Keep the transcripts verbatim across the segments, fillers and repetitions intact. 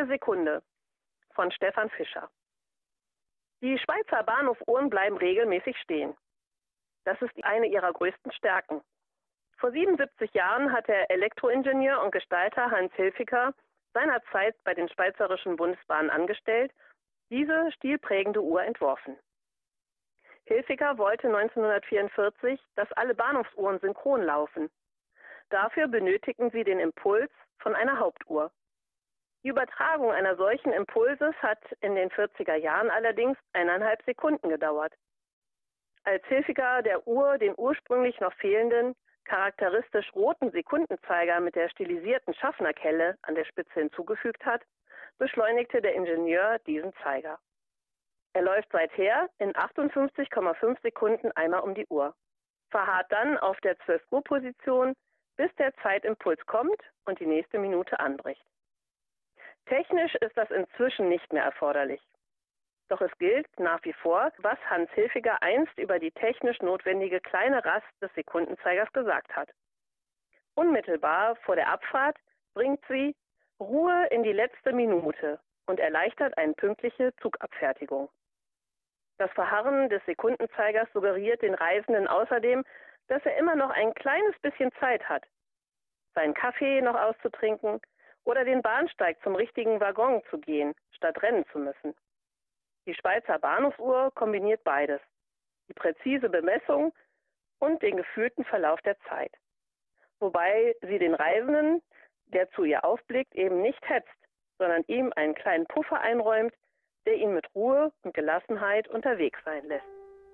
Sekunde von Stefan Fischer. Die Schweizer Bahnhofuhren bleiben regelmäßig stehen. Das ist eine ihrer größten Stärken. Vor siebenundsiebzig Jahren hat der Elektroingenieur und Gestalter Hans Hilfiger seinerzeit bei den Schweizerischen Bundesbahnen angestellt, diese stilprägende Uhr entworfen. Hilfiger wollte neunzehnhundertvierundvierzig, dass alle Bahnhofsuhren synchron laufen. Dafür benötigten sie den Impuls von einer Hauptuhr. Die Übertragung einer solchen Impulses hat in den vierziger Jahren allerdings eineinhalb Sekunden gedauert. Als Hilfiger der Uhr den ursprünglich noch fehlenden, charakteristisch roten Sekundenzeiger mit der stilisierten Schaffnerkelle an der Spitze hinzugefügt hat, beschleunigte der Ingenieur diesen Zeiger. Er läuft seither in achtundfünfzig Komma fünf Sekunden einmal um die Uhr, verharrt dann auf der zwölf-Uhr-Position, bis der Zeitimpuls kommt und die nächste Minute anbricht. Technisch ist das inzwischen nicht mehr erforderlich. Doch es gilt nach wie vor, was Hans Hilfiger einst über die technisch notwendige kleine Rast des Sekundenzeigers gesagt hat. Unmittelbar vor der Abfahrt bringt sie Ruhe in die letzte Minute und erleichtert eine pünktliche Zugabfertigung. Das Verharren des Sekundenzeigers suggeriert den Reisenden außerdem, dass er immer noch ein kleines bisschen Zeit hat, seinen Kaffee noch auszutrinken oder den Bahnsteig zum richtigen Waggon zu gehen, statt rennen zu müssen. Die Schweizer Bahnhofsuhr kombiniert beides, die präzise Bemessung und den gefühlten Verlauf der Zeit. Wobei sie den Reisenden, der zu ihr aufblickt, eben nicht hetzt, sondern ihm einen kleinen Puffer einräumt, der ihn mit Ruhe und Gelassenheit unterwegs sein lässt.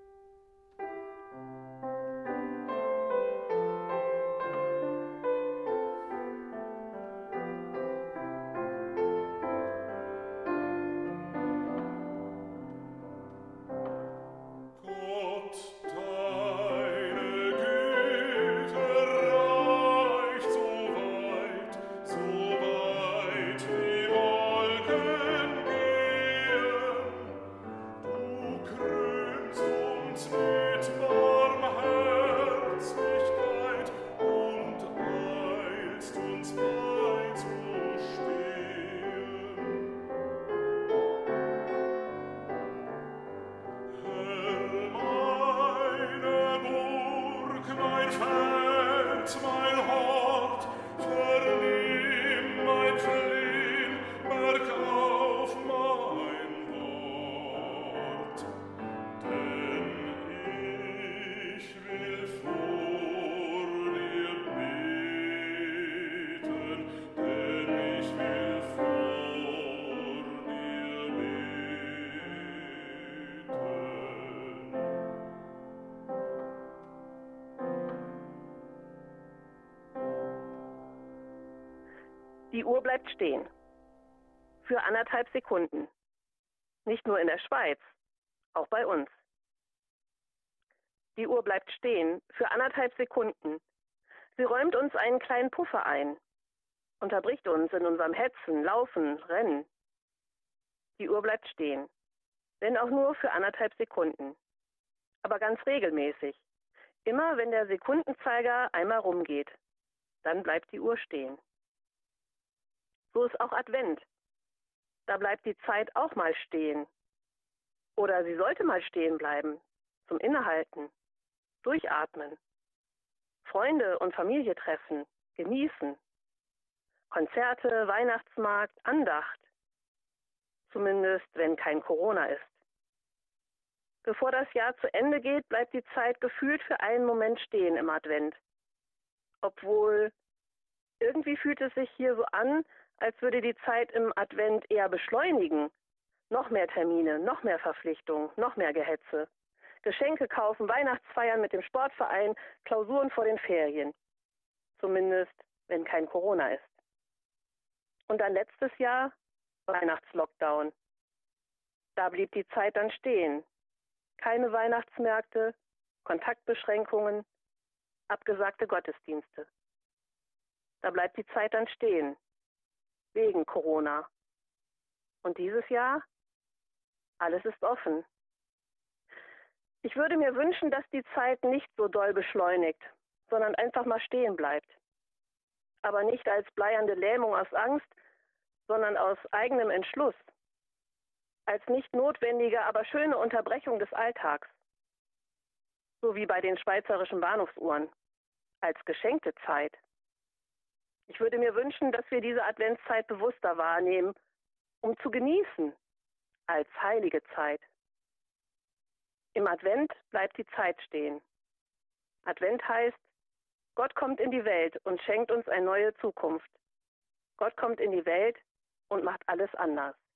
Die Uhr bleibt stehen. Für anderthalb Sekunden. Nicht nur in der Schweiz, auch bei uns. Die Uhr bleibt stehen für anderthalb Sekunden. Sie räumt uns einen kleinen Puffer ein, unterbricht uns in unserem Hetzen, Laufen, Rennen. Die Uhr bleibt stehen, wenn auch nur für anderthalb Sekunden. Aber ganz regelmäßig. Immer wenn der Sekundenzeiger einmal rumgeht, dann bleibt die Uhr stehen. So ist auch Advent. Da bleibt die Zeit auch mal stehen. Oder sie sollte mal stehen bleiben, zum Innehalten, durchatmen, Freunde und Familie treffen, genießen, Konzerte, Weihnachtsmarkt, Andacht, zumindest wenn kein Corona ist. Bevor das Jahr zu Ende geht, bleibt die Zeit gefühlt für einen Moment stehen im Advent. Obwohl, irgendwie fühlt es sich hier so an, als würde die Zeit im Advent eher beschleunigen. Noch mehr Termine, noch mehr Verpflichtungen, noch mehr Gehetze. Geschenke kaufen, Weihnachtsfeiern mit dem Sportverein, Klausuren vor den Ferien. Zumindest, wenn kein Corona ist. Und dann letztes Jahr Weihnachtslockdown. Da blieb die Zeit dann stehen. Keine Weihnachtsmärkte, Kontaktbeschränkungen, abgesagte Gottesdienste. Da bleibt die Zeit dann stehen. Wegen Corona. Und dieses Jahr? Alles ist offen. Ich würde mir wünschen, dass die Zeit nicht so doll beschleunigt, sondern einfach mal stehen bleibt. Aber nicht als bleiernde Lähmung aus Angst, sondern aus eigenem Entschluss, als nicht notwendige, aber schöne Unterbrechung des Alltags, so wie bei den schweizerischen Bahnhofsuhren, als geschenkte Zeit. Ich würde mir wünschen, dass wir diese Adventszeit bewusster wahrnehmen, um zu genießen, als heilige Zeit. Im Advent bleibt die Zeit stehen. Advent heißt, Gott kommt in die Welt und schenkt uns eine neue Zukunft. Gott kommt in die Welt und macht alles anders.